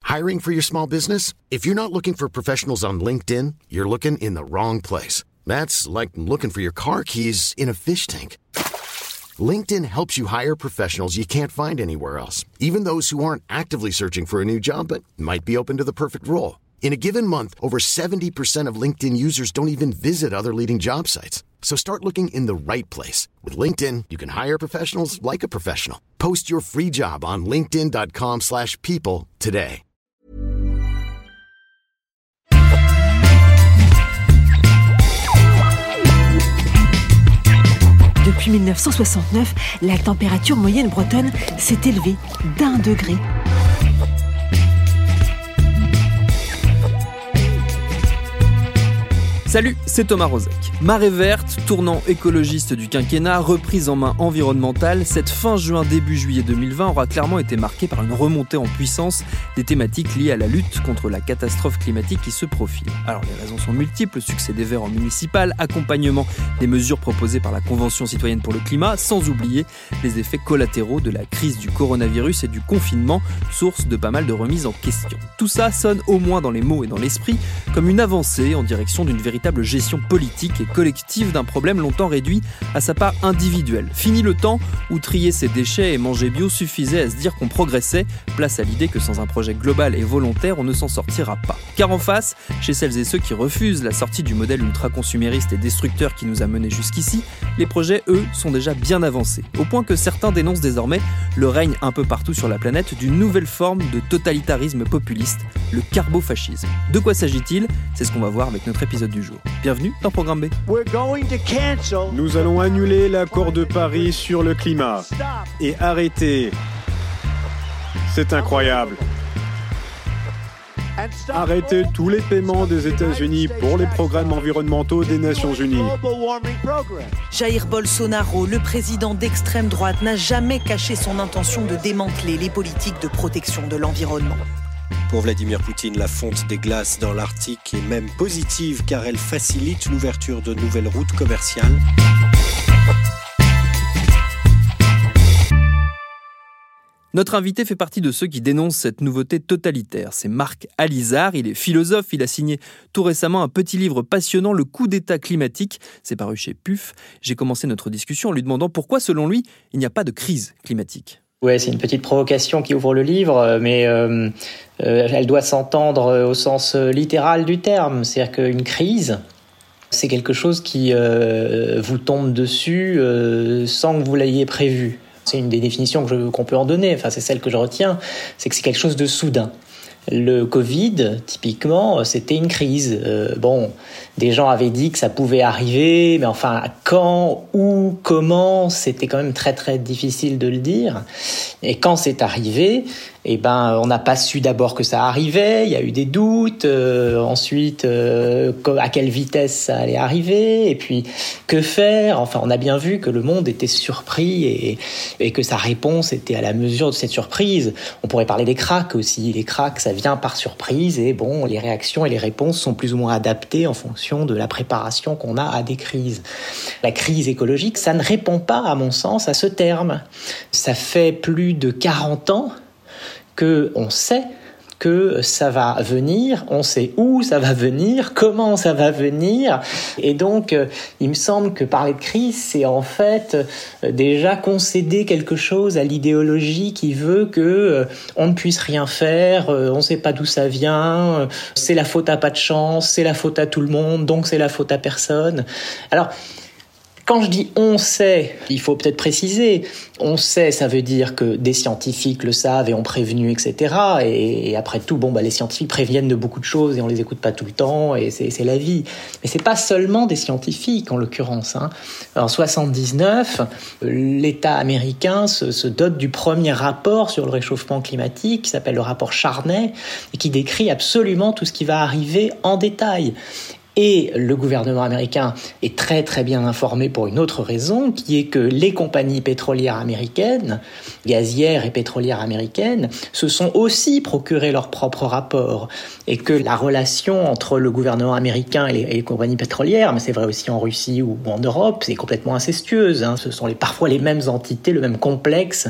Hiring for your small business? If you're not looking for professionals on LinkedIn, you're looking in the wrong place. That's like looking for your car keys in a fish tank. LinkedIn helps you hire professionals you can't find anywhere else, even those who aren't actively searching for a new job but might be open to the perfect role. In a given month, over 70% of LinkedIn users don't even visit other leading job sites. So start looking in the right place. With LinkedIn, you can hire professionals like a professional. Post your free job on linkedin.com/people today. Depuis 1969, la température moyenne bretonne s'est élevée d'1 degré. Salut, c'est Thomas Rozek. Marée verte, tournant écologiste du quinquennat, reprise en main environnementale, cette fin juin, début juillet 2020 aura clairement été marquée par une remontée en puissance des thématiques liées à la lutte contre la catastrophe climatique qui se profile. Alors les raisons sont multiples, succès des Verts en municipal, accompagnement des mesures proposées par la Convention citoyenne pour le climat, sans oublier les effets collatéraux de la crise du coronavirus et du confinement, source de pas mal de remises en question. Tout ça sonne au moins dans les mots et dans l'esprit comme une avancée en direction d'une véritable gestion politique et collective d'un problème longtemps réduit à sa part individuelle. Fini le temps où trier ses déchets et manger bio suffisait à se dire qu'on progressait, place à l'idée que sans un projet global et volontaire, on ne s'en sortira pas. Car en face, chez celles et ceux qui refusent la sortie du modèle ultra-consumériste et destructeur qui nous a menés jusqu'ici, les projets, eux, sont déjà bien avancés, au point que certains dénoncent désormais le règne un peu partout sur la planète d'une nouvelle forme de totalitarisme populiste, le carbofascisme. De quoi s'agit-il ? C'est ce qu'on va voir avec notre épisode du jour. Bienvenue dans Programme B. Nous allons annuler l'accord de Paris sur le climat et arrêter. C'est incroyable. Arrêter tous les paiements des États-Unis pour les programmes environnementaux des Nations Unies. Jair Bolsonaro, le président d'extrême droite, n'a jamais caché son intention de démanteler les politiques de protection de l'environnement. Pour Vladimir Poutine, la fonte des glaces dans l'Arctique est même positive car elle facilite l'ouverture de nouvelles routes commerciales. Notre invité fait partie de ceux qui dénoncent cette nouveauté totalitaire. C'est Marc Alizard, il est philosophe, il a signé tout récemment un petit livre passionnant, Le coup d'état climatique, c'est paru chez PUF. J'ai commencé notre discussion en lui demandant pourquoi, selon lui, il n'y a pas de crise climatique. Ouais, c'est une petite provocation qui ouvre le livre, mais elle doit s'entendre au sens littéral du terme. C'est-à-dire qu'une crise, c'est quelque chose qui vous tombe dessus sans que vous l'ayez prévu. C'est une des définitions qu'on peut en donner, enfin c'est celle que je retiens, c'est que c'est quelque chose de soudain. Le Covid, typiquement, c'était une crise. Des gens avaient dit que ça pouvait arriver, mais enfin, quand, où, comment, c'était quand même très très difficile de le dire. Et quand c'est arrivé, on n'a pas su d'abord que ça arrivait, il y a eu des doutes, ensuite à quelle vitesse ça allait arriver, et puis que faire. Enfin, on a bien vu que le monde était surpris et que sa réponse était à la mesure de cette surprise. On pourrait parler des cracks aussi. Les cracks, ça vient par surprise et les réactions et les réponses sont plus ou moins adaptées en fonction de la préparation qu'on a à des crises. La crise écologique, ça ne répond pas, à mon sens, à ce terme. Ça fait plus de 40 ans qu'on sait que ça va venir, on sait où ça va venir, comment ça va venir, et donc il me semble que parler de crise, c'est en fait déjà concéder quelque chose à l'idéologie qui veut que on ne puisse rien faire, on ne sait pas d'où ça vient, c'est la faute à pas de chance, c'est la faute à tout le monde, donc c'est la faute à personne. Alors, quand je dis « on sait », il faut peut-être préciser. On sait, ça veut dire que des scientifiques le savent et ont prévenu, etc. Et après tout, les scientifiques préviennent de beaucoup de choses et on les écoute pas tout le temps et c'est la vie. Mais c'est pas seulement des scientifiques, en l'occurrence. En 79, l'État américain se dote du premier rapport sur le réchauffement climatique qui s'appelle le rapport Charney et qui décrit absolument tout ce qui va arriver en détail. Et le gouvernement américain est très très bien informé pour une autre raison, qui est que les compagnies pétrolières américaines, gazières et pétrolières américaines, se sont aussi procuré leurs propres rapports. Et que la relation entre le gouvernement américain et les compagnies pétrolières, mais c'est vrai aussi en Russie ou en Europe, c'est complètement incestueuse. Ce sont parfois les mêmes entités, le même complexe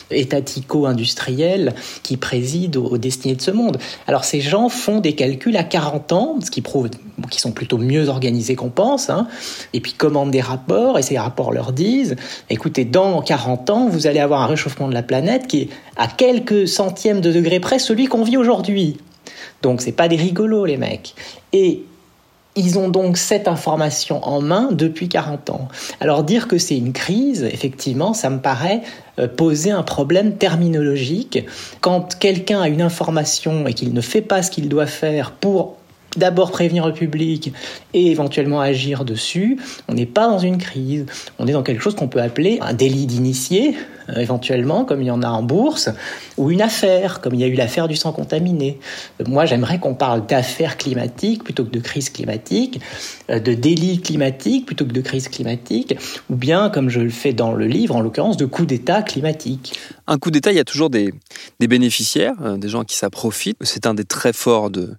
étatico-industriel qui préside aux destinées de ce monde. Alors ces gens font des calculs à 40 ans, ce qui prouve qu'ils sont plutôt mieux organisés qu'on pense, et puis commandent des rapports, et ces rapports leur disent, écoutez, dans 40 ans, vous allez avoir un réchauffement de la planète qui est à quelques centièmes de degré près celui qu'on vit aujourd'hui. Donc c'est pas des rigolos les mecs. Et ils ont donc cette information en main depuis 40 ans. Alors dire que c'est une crise, effectivement, ça me paraît poser un problème terminologique. Quand quelqu'un a une information et qu'il ne fait pas ce qu'il doit faire pour d'abord prévenir le public et éventuellement agir dessus, on n'est pas dans une crise. On est dans quelque chose qu'on peut appeler un délit d'initié, éventuellement, comme il y en a en bourse, ou une affaire, comme il y a eu l'affaire du sang contaminé. Moi, j'aimerais qu'on parle d'affaires climatiques plutôt que de crise climatique, de délit climatique plutôt que de crise climatique, ou bien, comme je le fais dans le livre, en l'occurrence, de coup d'État climatique. Un coup d'État, il y a toujours des bénéficiaires, des gens qui s'en profitent. C'est un des traits forts de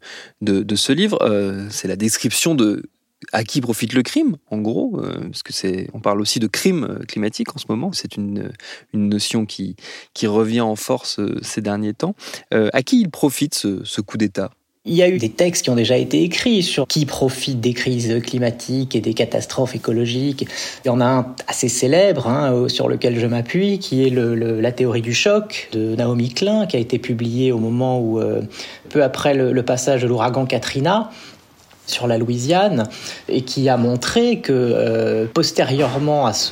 ce livre. C'est la description de à qui profite le crime, en gros, parce que on parle aussi de crime climatique en ce moment. C'est une notion qui revient en force ces derniers temps. À qui il profite ce coup d'État ? Il y a eu des textes qui ont déjà été écrits sur qui profite des crises climatiques et des catastrophes écologiques. Il y en a un assez célèbre, sur lequel je m'appuie, qui est la théorie du choc de Naomi Klein, qui a été publiée au moment où, peu après le passage de l'ouragan Katrina, sur la Louisiane, et qui a montré que postérieurement à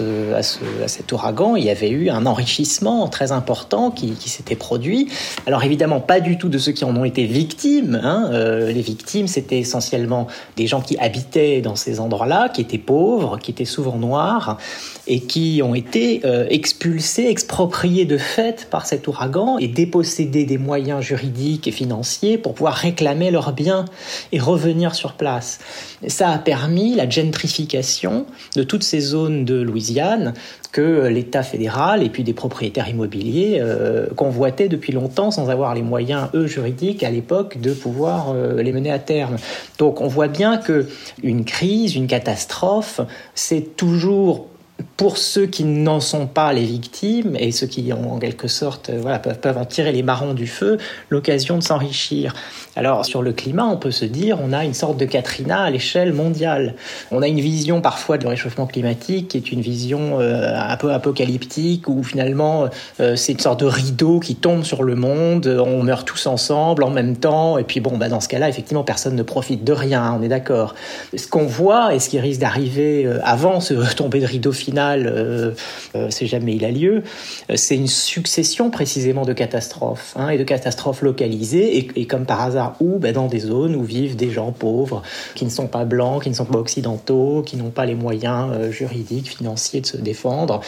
cet ouragan, il y avait eu un enrichissement très important qui s'était produit. Alors évidemment, pas du tout de ceux qui en ont été victimes. Les victimes, c'était essentiellement des gens qui habitaient dans ces endroits-là, qui étaient pauvres, qui étaient souvent noirs, et qui ont été expulsés, expropriés de fait par cet ouragan et dépossédés des moyens juridiques et financiers pour pouvoir réclamer leurs biens et revenir sur place. Ça a permis la gentrification de toutes ces zones de Louisiane que l'État fédéral et puis des propriétaires immobiliers convoitaient depuis longtemps sans avoir les moyens, juridiques à l'époque de pouvoir les mener à terme. Donc on voit bien qu'une crise, une catastrophe, c'est toujours, pour ceux qui n'en sont pas les victimes et ceux qui en quelque sorte peuvent en tirer les marrons du feu, l'occasion de s'enrichir. Alors sur le climat, on peut se dire on a une sorte de Katrina à l'échelle mondiale. On a une vision parfois du réchauffement climatique qui est une vision un peu apocalyptique où finalement c'est une sorte de rideau qui tombe sur le monde, on meurt tous ensemble en même temps et puis dans ce cas-là effectivement personne ne profite de rien, on est d'accord. Ce qu'on voit et ce qui risque d'arriver avant ce tombé de rideau final, c'est jamais il a lieu, c'est une succession précisément de catastrophes et de catastrophes localisées et comme par hasard dans des zones où vivent des gens pauvres qui ne sont pas blancs, qui ne sont pas occidentaux, qui n'ont pas les moyens juridiques, financiers de se défendre.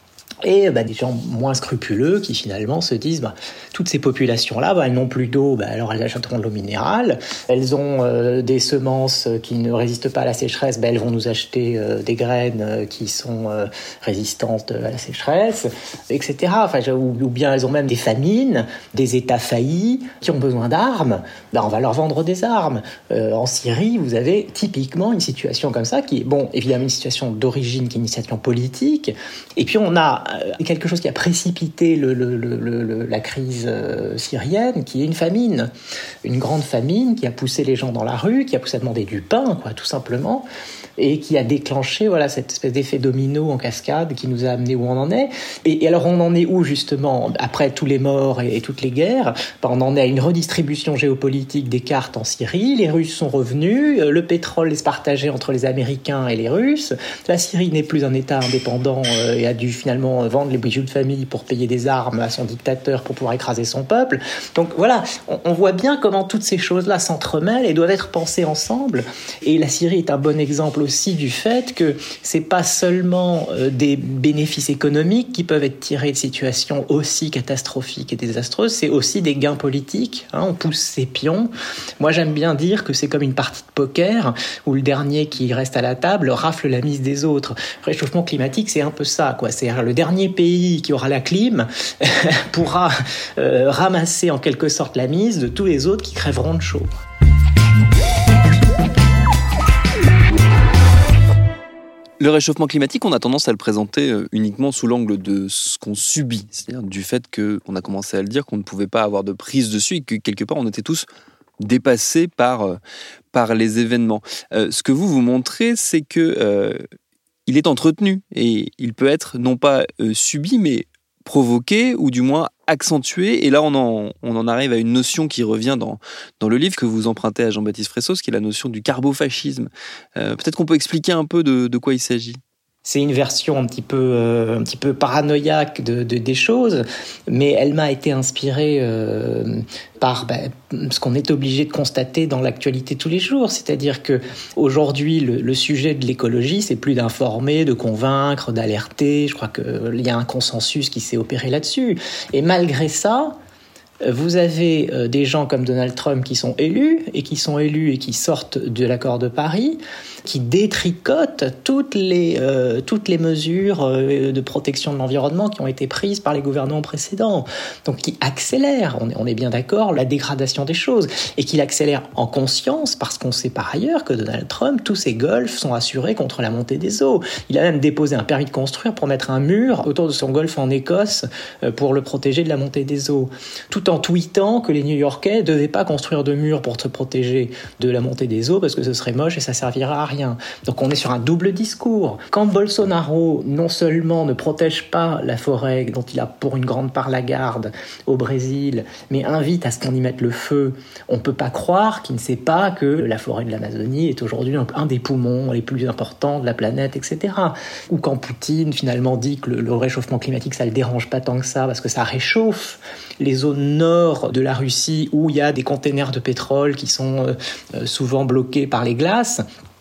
Et des gens moins scrupuleux qui finalement se disent toutes ces populations-là, elles n'ont plus d'eau, alors elles achèteront de l'eau minérale. Elles ont des semences qui ne résistent pas à la sécheresse, elles vont nous acheter des graines qui sont résistantes à la sécheresse, etc. Ou bien elles ont même des famines, des États faillis qui ont besoin d'armes. On va leur vendre des armes. En Syrie, vous avez typiquement une situation comme ça qui est, évidemment une situation d'origine, qui est une situation politique. Et puis on a quelque chose qui a précipité la crise syrienne, qui est une famine. Une grande famine qui a poussé les gens dans la rue, qui a poussé à demander du pain, tout simplement, et qui a déclenché cette espèce d'effet domino en cascade qui nous a amené où on en est. Et alors on en est où justement après tous les morts et toutes les guerres? On en est à une redistribution géopolitique des cartes en Syrie. Les Russes sont revenus, le pétrole est partagé entre les Américains et les Russes. La Syrie n'est plus un État indépendant et a dû finalement président vende les bijoux de famille pour payer des armes à son dictateur pour pouvoir écraser son peuple. Donc voilà, on voit bien comment toutes ces choses-là s'entremêlent et doivent être pensées ensemble. Et la Syrie est un bon exemple aussi du fait que c'est pas seulement des bénéfices économiques qui peuvent être tirés de situations aussi catastrophiques et désastreuses, c'est aussi des gains politiques. On pousse ses pions. Moi, j'aime bien dire que c'est comme une partie de poker où le dernier qui reste à la table rafle la mise des autres. Le réchauffement climatique, c'est un peu ça, quoi. C'est-à-dire le dernier pays qui aura la clim pourra ramasser en quelque sorte la mise de tous les autres qui crèveront de chaud. Le réchauffement climatique, on a tendance à le présenter uniquement sous l'angle de ce qu'on subit, c'est-à-dire du fait qu'on a commencé à le dire, qu'on ne pouvait pas avoir de prise dessus et que quelque part on était tous dépassés par les événements. Ce que vous montrez, c'est que il est entretenu et il peut être non pas subi, mais provoqué ou du moins accentué. Et là, on en arrive à une notion qui revient dans le livre que vous empruntez à Jean-Baptiste Fressos, qui est la notion du carbofascisme. Peut-être qu'on peut expliquer un peu de quoi il s'agit. C'est une version un petit peu paranoïaque des choses, mais elle m'a été inspirée par ce qu'on est obligé de constater dans l'actualité tous les jours. C'est-à-dire que aujourd'hui, le sujet de l'écologie, c'est plus d'informer, de convaincre, d'alerter. Je crois qu'il y a un consensus qui s'est opéré là-dessus. Et malgré ça, vous avez des gens comme Donald Trump qui sont élus et qui sortent de l'accord de Paris, qui détricotent toutes les mesures de protection de l'environnement qui ont été prises par les gouvernements précédents. Donc qui accélèrent, on est bien d'accord, la dégradation des choses, et qui l'accélèrent en conscience, parce qu'on sait par ailleurs que Donald Trump, tous ses golfs sont assurés contre la montée des eaux. Il a même déposé un permis de construire pour mettre un mur autour de son golfe en Écosse pour le protéger de la montée des eaux. Tout en tweetant que les New-Yorkais ne devaient pas construire de murs pour se protéger de la montée des eaux parce que ce serait moche et ça servira à rien. Donc on est sur un double discours. Quand Bolsonaro non seulement ne protège pas la forêt dont il a pour une grande part la garde au Brésil, mais invite à ce qu'on y mette le feu, on ne peut pas croire qu'il ne sait pas que la forêt de l'Amazonie est aujourd'hui un des poumons les plus importants de la planète, etc. Ou quand Poutine finalement dit que le réchauffement climatique ça ne le dérange pas tant que ça parce que ça réchauffe les zones nord de la Russie où il y a des containers de pétrole qui sont souvent bloqués par les glaces.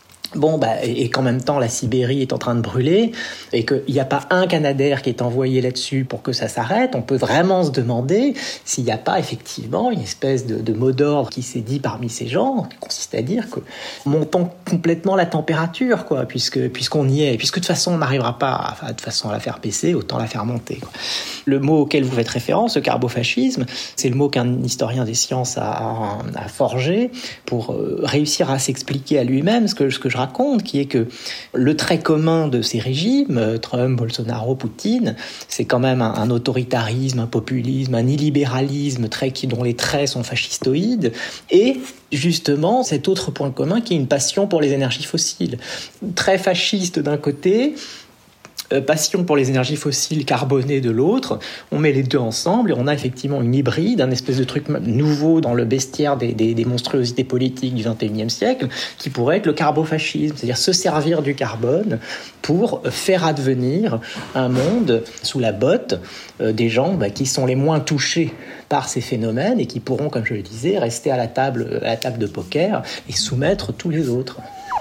Et qu'en même temps la Sibérie est en train de brûler et qu'il n'y a pas un Canadair qui est envoyé là-dessus pour que ça s'arrête, on peut vraiment se demander s'il n'y a pas effectivement une espèce de mot d'ordre qui s'est dit parmi ces gens, qui consiste à dire que montons complètement la température, quoi, puisqu'on y est, et puisque de toute façon on n'arrivera pas de façon à la faire baisser, autant la faire monter, quoi. Le mot auquel vous faites référence, le carbofascisme, c'est le mot qu'un historien des sciences a forgé pour réussir à s'expliquer à lui-même ce que je raconte, qui est que le trait commun de ces régimes, Trump, Bolsonaro, Poutine, c'est quand même un autoritarisme, un populisme, un illibéralisme dont les traits sont fascistoïdes, et justement cet autre point commun qui est une passion pour les énergies fossiles. Très fasciste d'un côté, passion pour les énergies fossiles carbonées de l'autre, on met les deux ensemble et on a effectivement une hybride, un espèce de truc nouveau dans le bestiaire des monstruosités politiques du XXIe siècle, qui pourrait être le carbofascisme, c'est-à-dire se servir du carbone pour faire advenir un monde sous la botte des gens qui sont les moins touchés par ces phénomènes et qui pourront, comme je le disais, rester à la table de poker et soumettre tous les autres.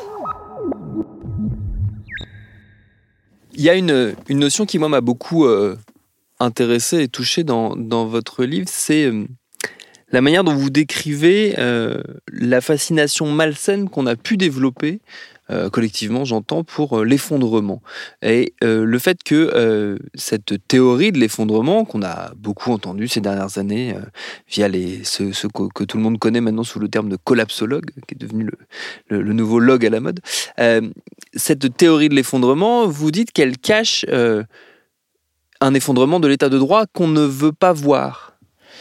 Il y a une notion qui, moi, m'a beaucoup intéressé et touché dans votre livre, c'est la manière dont vous décrivez la fascination malsaine qu'on a pu développer, collectivement, j'entends, pour l'effondrement. Et le fait que cette théorie de l'effondrement, qu'on a beaucoup entendu ces dernières années via ce que tout le monde connaît maintenant sous le terme de collapsologue, qui est devenu le nouveau log à la mode, cette théorie de l'effondrement, vous dites qu'elle cache un effondrement de l'état de droit qu'on ne veut pas voir.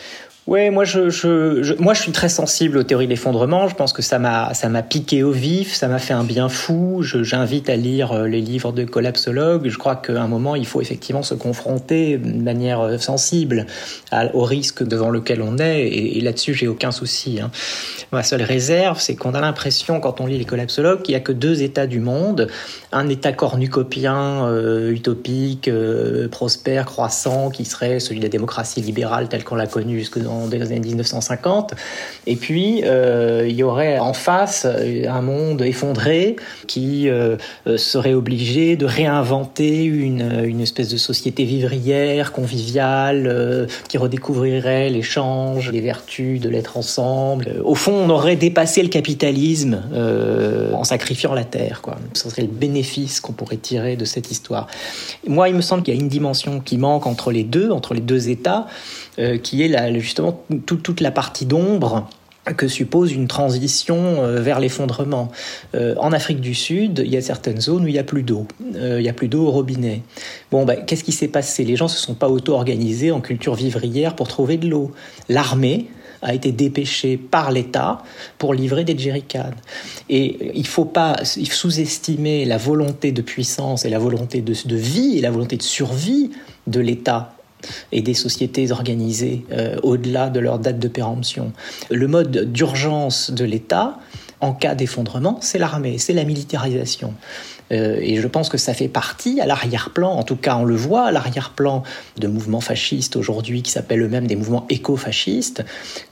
Ouais, moi je suis très sensible aux théories de l'effondrement. Je pense que ça m'a piqué au vif, ça m'a fait un bien fou. J'invite à lire les livres de collapsologues. Je crois qu'à un moment il faut effectivement se confronter de manière sensible au risque devant lequel on est. Et là-dessus j'ai aucun souci. Ma seule réserve, c'est qu'on a l'impression quand on lit les collapsologues qu'il y a que deux états du monde, un état cornucopien, utopique, prospère, croissant, qui serait celui de la démocratie libérale telle qu'on l'a connue jusque dans les années 1950, et puis il y aurait en face un monde effondré qui serait obligé de réinventer une espèce de société vivrière, conviviale, qui redécouvrirait l'échange, les vertus de l'être ensemble. Au fond, on aurait dépassé le capitalisme en sacrifiant la terre, quoi. Ce serait le bénéfice qu'on pourrait tirer de cette histoire. Moi, il me semble qu'il y a une dimension qui manque entre les deux états, qui est justement toute la partie d'ombre que suppose une transition vers l'effondrement. En Afrique du Sud, il y a certaines zones où il n'y a plus d'eau. Il n'y a plus d'eau au robinet. Qu'est-ce qui s'est passé ? Les gens ne se sont pas auto-organisés en culture vivrière pour trouver de l'eau. L'armée a été dépêchée par l'État pour livrer des jerrycans. Et il ne faut pas sous-estimer la volonté de puissance et la volonté de vie et la volonté de survie de l'État et des sociétés organisées au-delà de leur date de péremption. Le mode d'urgence de l'État, en cas d'effondrement, c'est l'armée, c'est la militarisation. Et je pense que ça fait partie à l'arrière-plan, en tout cas on le voit à l'arrière-plan de mouvements fascistes aujourd'hui qui s'appellent eux-mêmes des mouvements éco-fascistes,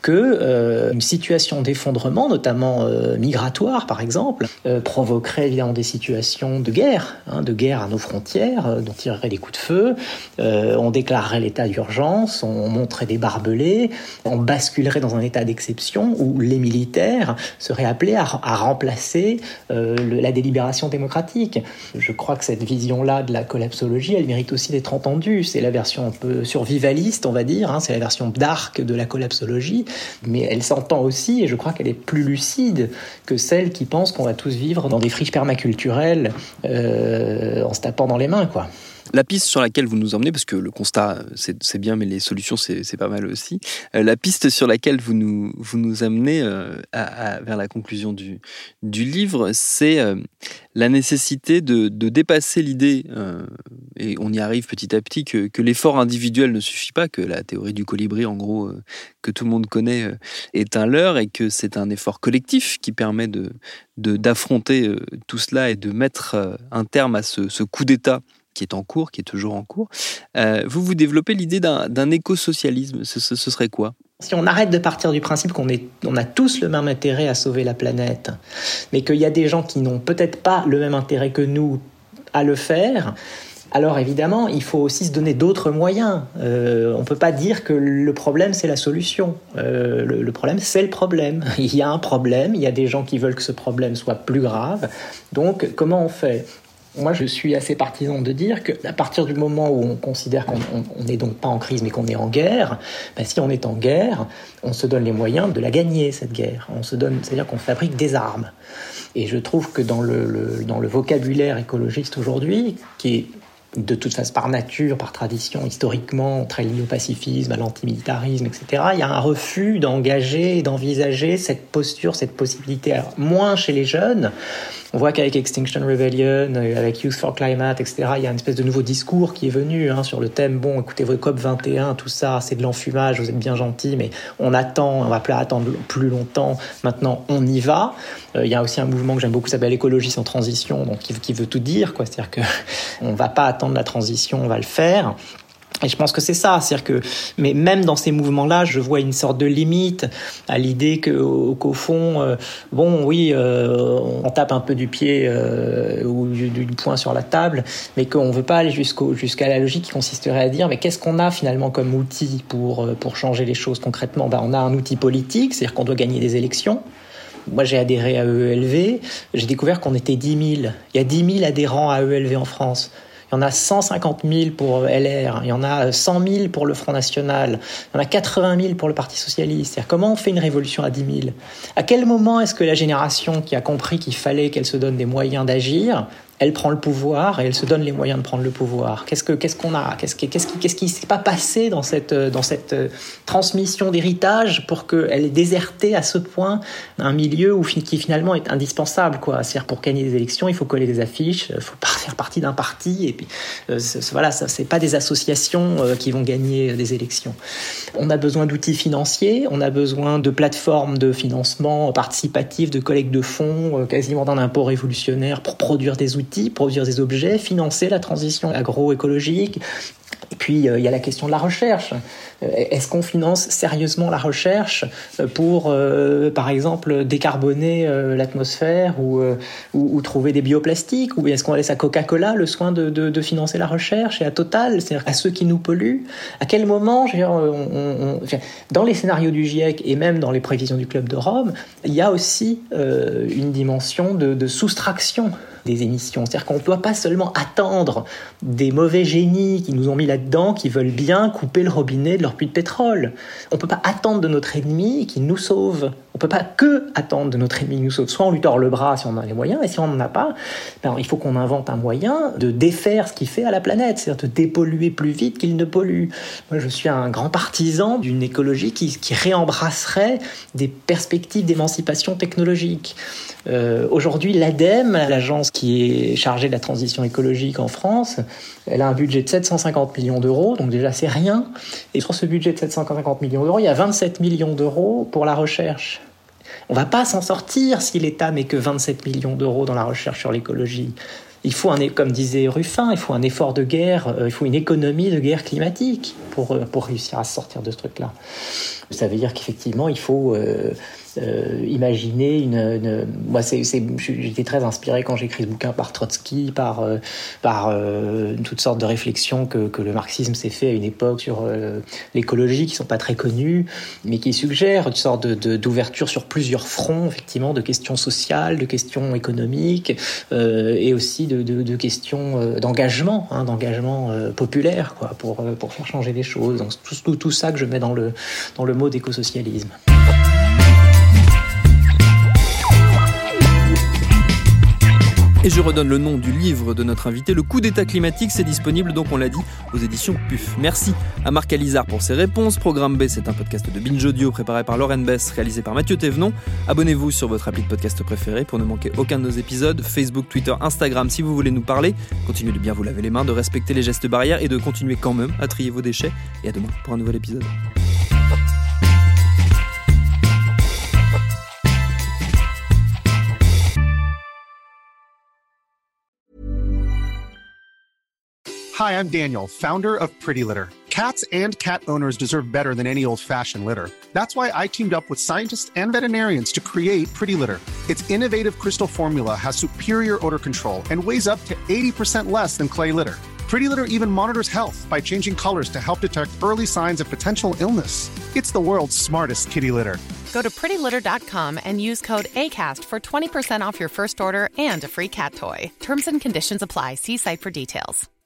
que une situation d'effondrement, notamment migratoire par exemple, provoquerait évidemment des situations de guerre à nos frontières, dont tirerait des coups de feu, on déclarerait l'état d'urgence, on monterait des barbelés, on basculerait dans un état d'exception où les militaires seraient appelés à remplacer la délibération démocratique. Je crois que cette vision-là de la collapsologie, elle mérite aussi d'être entendue. C'est la version un peu survivaliste, on va dire, c'est la version dark de la collapsologie, mais elle s'entend aussi, et je crois qu'elle est plus lucide que celle qui pense qu'on va tous vivre dans des friches permaculturelles en se tapant dans les mains, quoi. La piste sur laquelle vous nous emmenez, parce que le constat c'est bien, mais les solutions c'est pas mal aussi. La piste sur laquelle vous nous amenez vers la conclusion du livre, c'est la nécessité de dépasser l'idée, et on y arrive petit à petit, que l'effort individuel ne suffit pas, que la théorie du colibri, en gros, que tout le monde connaît, est un leurre, et que c'est un effort collectif qui permet d'affronter tout cela et de mettre un terme à ce coup d'État qui est en cours, qui est toujours en cours. Vous développez l'idée d'un éco-socialisme. Ce serait quoi ? Si on arrête de partir du principe qu'on a tous le même intérêt à sauver la planète, mais qu'il y a des gens qui n'ont peut-être pas le même intérêt que nous à le faire, alors évidemment, il faut aussi se donner d'autres moyens. On ne peut pas dire que le problème, c'est la solution. Le problème, c'est le problème. Il y a un problème, il y a des gens qui veulent que ce problème soit plus grave. Donc, comment on fait ? Moi, je suis assez partisan de dire qu'à partir du moment où on considère qu'on n'est donc pas en crise, mais qu'on est en guerre, si on est en guerre, on se donne les moyens de la gagner, cette guerre. C'est-à-dire qu'on fabrique des armes. Et je trouve que dans le vocabulaire écologiste aujourd'hui, qui est de toute façon par nature, par tradition, historiquement, très lié au pacifisme, à l'antimilitarisme, etc., il y a un refus d'engager et d'envisager cette posture, cette possibilité. Alors, moins chez les jeunes. On voit qu'avec Extinction Rebellion, avec Youth for Climate, etc., il y a une espèce de nouveau discours qui est venu sur le thème, écoutez, vos COP21, tout ça, c'est de l'enfumage, vous êtes bien gentils, mais on va pas attendre plus longtemps, maintenant on y va. Il y a aussi un mouvement que j'aime beaucoup qui s'appelle Écologie sans transition, donc qui veut tout dire, quoi. C'est-à-dire qu'on va pas attendre la transition, on va le faire. Et je pense que c'est ça, c'est-à-dire que, mais même dans ces mouvements-là, je vois une sorte de limite à l'idée qu'au fond, on tape un peu du pied ou du poing sur la table, mais qu'on ne veut pas aller jusqu'à la logique qui consisterait à dire, mais qu'est-ce qu'on a finalement comme outil pour changer les choses concrètement ? On a un outil politique, c'est-à-dire qu'on doit gagner des élections. Moi, j'ai adhéré à EELV, j'ai découvert qu'on était 10 000. Il y a 10 000 adhérents à EELV en France. Il y en a 150 000 pour LR, il y en a 100 000 pour le Front National, il y en a 80 000 pour le Parti Socialiste. C'est-à-dire, comment on fait une révolution à 10 000 ? À quel moment est-ce que la génération qui a compris qu'il fallait qu'elle se donne des moyens d'agir, elle prend le pouvoir et elle se donne les moyens de prendre le pouvoir. Qu'est-ce qu'on a ? Qu'est-ce qui s'est pas passé dans cette transmission d'héritage pour qu'elle ait déserté à ce point un milieu qui finalement est indispensable, quoi. C'est-à-dire, pour gagner des élections, il faut coller des affiches, il faut pas faire partie d'un parti, et puis c'est pas des associations qui vont gagner des élections. On a besoin d'outils financiers, on a besoin de plateformes de financement participatif, de collecte de fonds, quasiment d'un impôt révolutionnaire pour produire des outils, produire des objets, financer la transition agroécologique. Et puis, il y a la question de la recherche. Est-ce qu'on finance sérieusement la recherche pour, par exemple, décarboner l'atmosphère ou trouver des bioplastiques ? Ou est-ce qu'on laisse à Coca-Cola le soin de financer la recherche, et à Total, c'est-à-dire à ceux qui nous polluent ? À quel moment, dans les scénarios du GIEC et même dans les prévisions du Club de Rome, il y a aussi une dimension de soustraction des émissions. C'est-à-dire qu'on ne doit pas seulement attendre des mauvais génies qui nous ont mis là-dedans, qui veulent bien couper le robinet de leur puits de pétrole. On ne peut pas attendre de notre ennemi qu'il nous sauve. On ne peut pas que attendre de notre ennemi qu'il nous sauve. Soit on lui tord le bras si on a les moyens, et si on n'en a pas, il faut qu'on invente un moyen de défaire ce qu'il fait à la planète, c'est-à-dire de dépolluer plus vite qu'il ne pollue. Moi, je suis un grand partisan d'une écologie qui réembrasserait des perspectives d'émancipation technologique. Aujourd'hui, l'ADEME, l'agence qui est chargée de la transition écologique en France, elle a un budget de 750 millions d'euros, donc déjà c'est rien. Et sur ce budget de 750 millions d'euros, il y a 27 millions d'euros pour la recherche. On ne va pas s'en sortir si l'État met que 27 millions d'euros dans la recherche sur l'écologie. Il faut, comme disait Ruffin, il faut un effort de guerre, il faut une économie de guerre climatique pour réussir à sortir de ce truc-là. Ça veut dire qu'effectivement, il faut imaginer moi, j'étais très inspiré quand j'ai écrit ce bouquin par Trotsky, par toutes sortes de réflexions que le marxisme s'est fait à une époque sur l'écologie, qui sont pas très connues, mais qui suggèrent une sorte d'ouverture sur plusieurs fronts, effectivement, de questions sociales, de questions économiques, et aussi de questions d'engagement populaire, quoi, pour faire changer les choses. Donc tout ça que je mets dans le mot d'écosocialisme. Et je redonne le nom du livre de notre invité, Le coup d'état climatique. C'est disponible, donc on l'a dit, aux éditions PUF. Merci à Marc Alizard pour ses réponses. Programme B, c'est un podcast de Binge Audio préparé par Lauren Bess, réalisé par Mathieu Thévenon. Abonnez-vous sur votre appli de podcast préféré pour ne manquer aucun de nos épisodes. Facebook, Twitter, Instagram, si vous voulez nous parler. Continuez de bien vous laver les mains, de respecter les gestes barrières et de continuer quand même à trier vos déchets. Et à demain pour un nouvel épisode. Hi, I'm Daniel, founder of Pretty Litter. Cats and cat owners deserve better than any old-fashioned litter. That's why I teamed up with scientists and veterinarians to create Pretty Litter. Its innovative crystal formula has superior odor control and weighs up to 80% less than clay litter. Pretty Litter even monitors health by changing colors to help detect early signs of potential illness. It's the world's smartest kitty litter. Go to prettylitter.com and use code ACAST for 20% off your first order and a free cat toy. Terms and conditions apply. See site for details.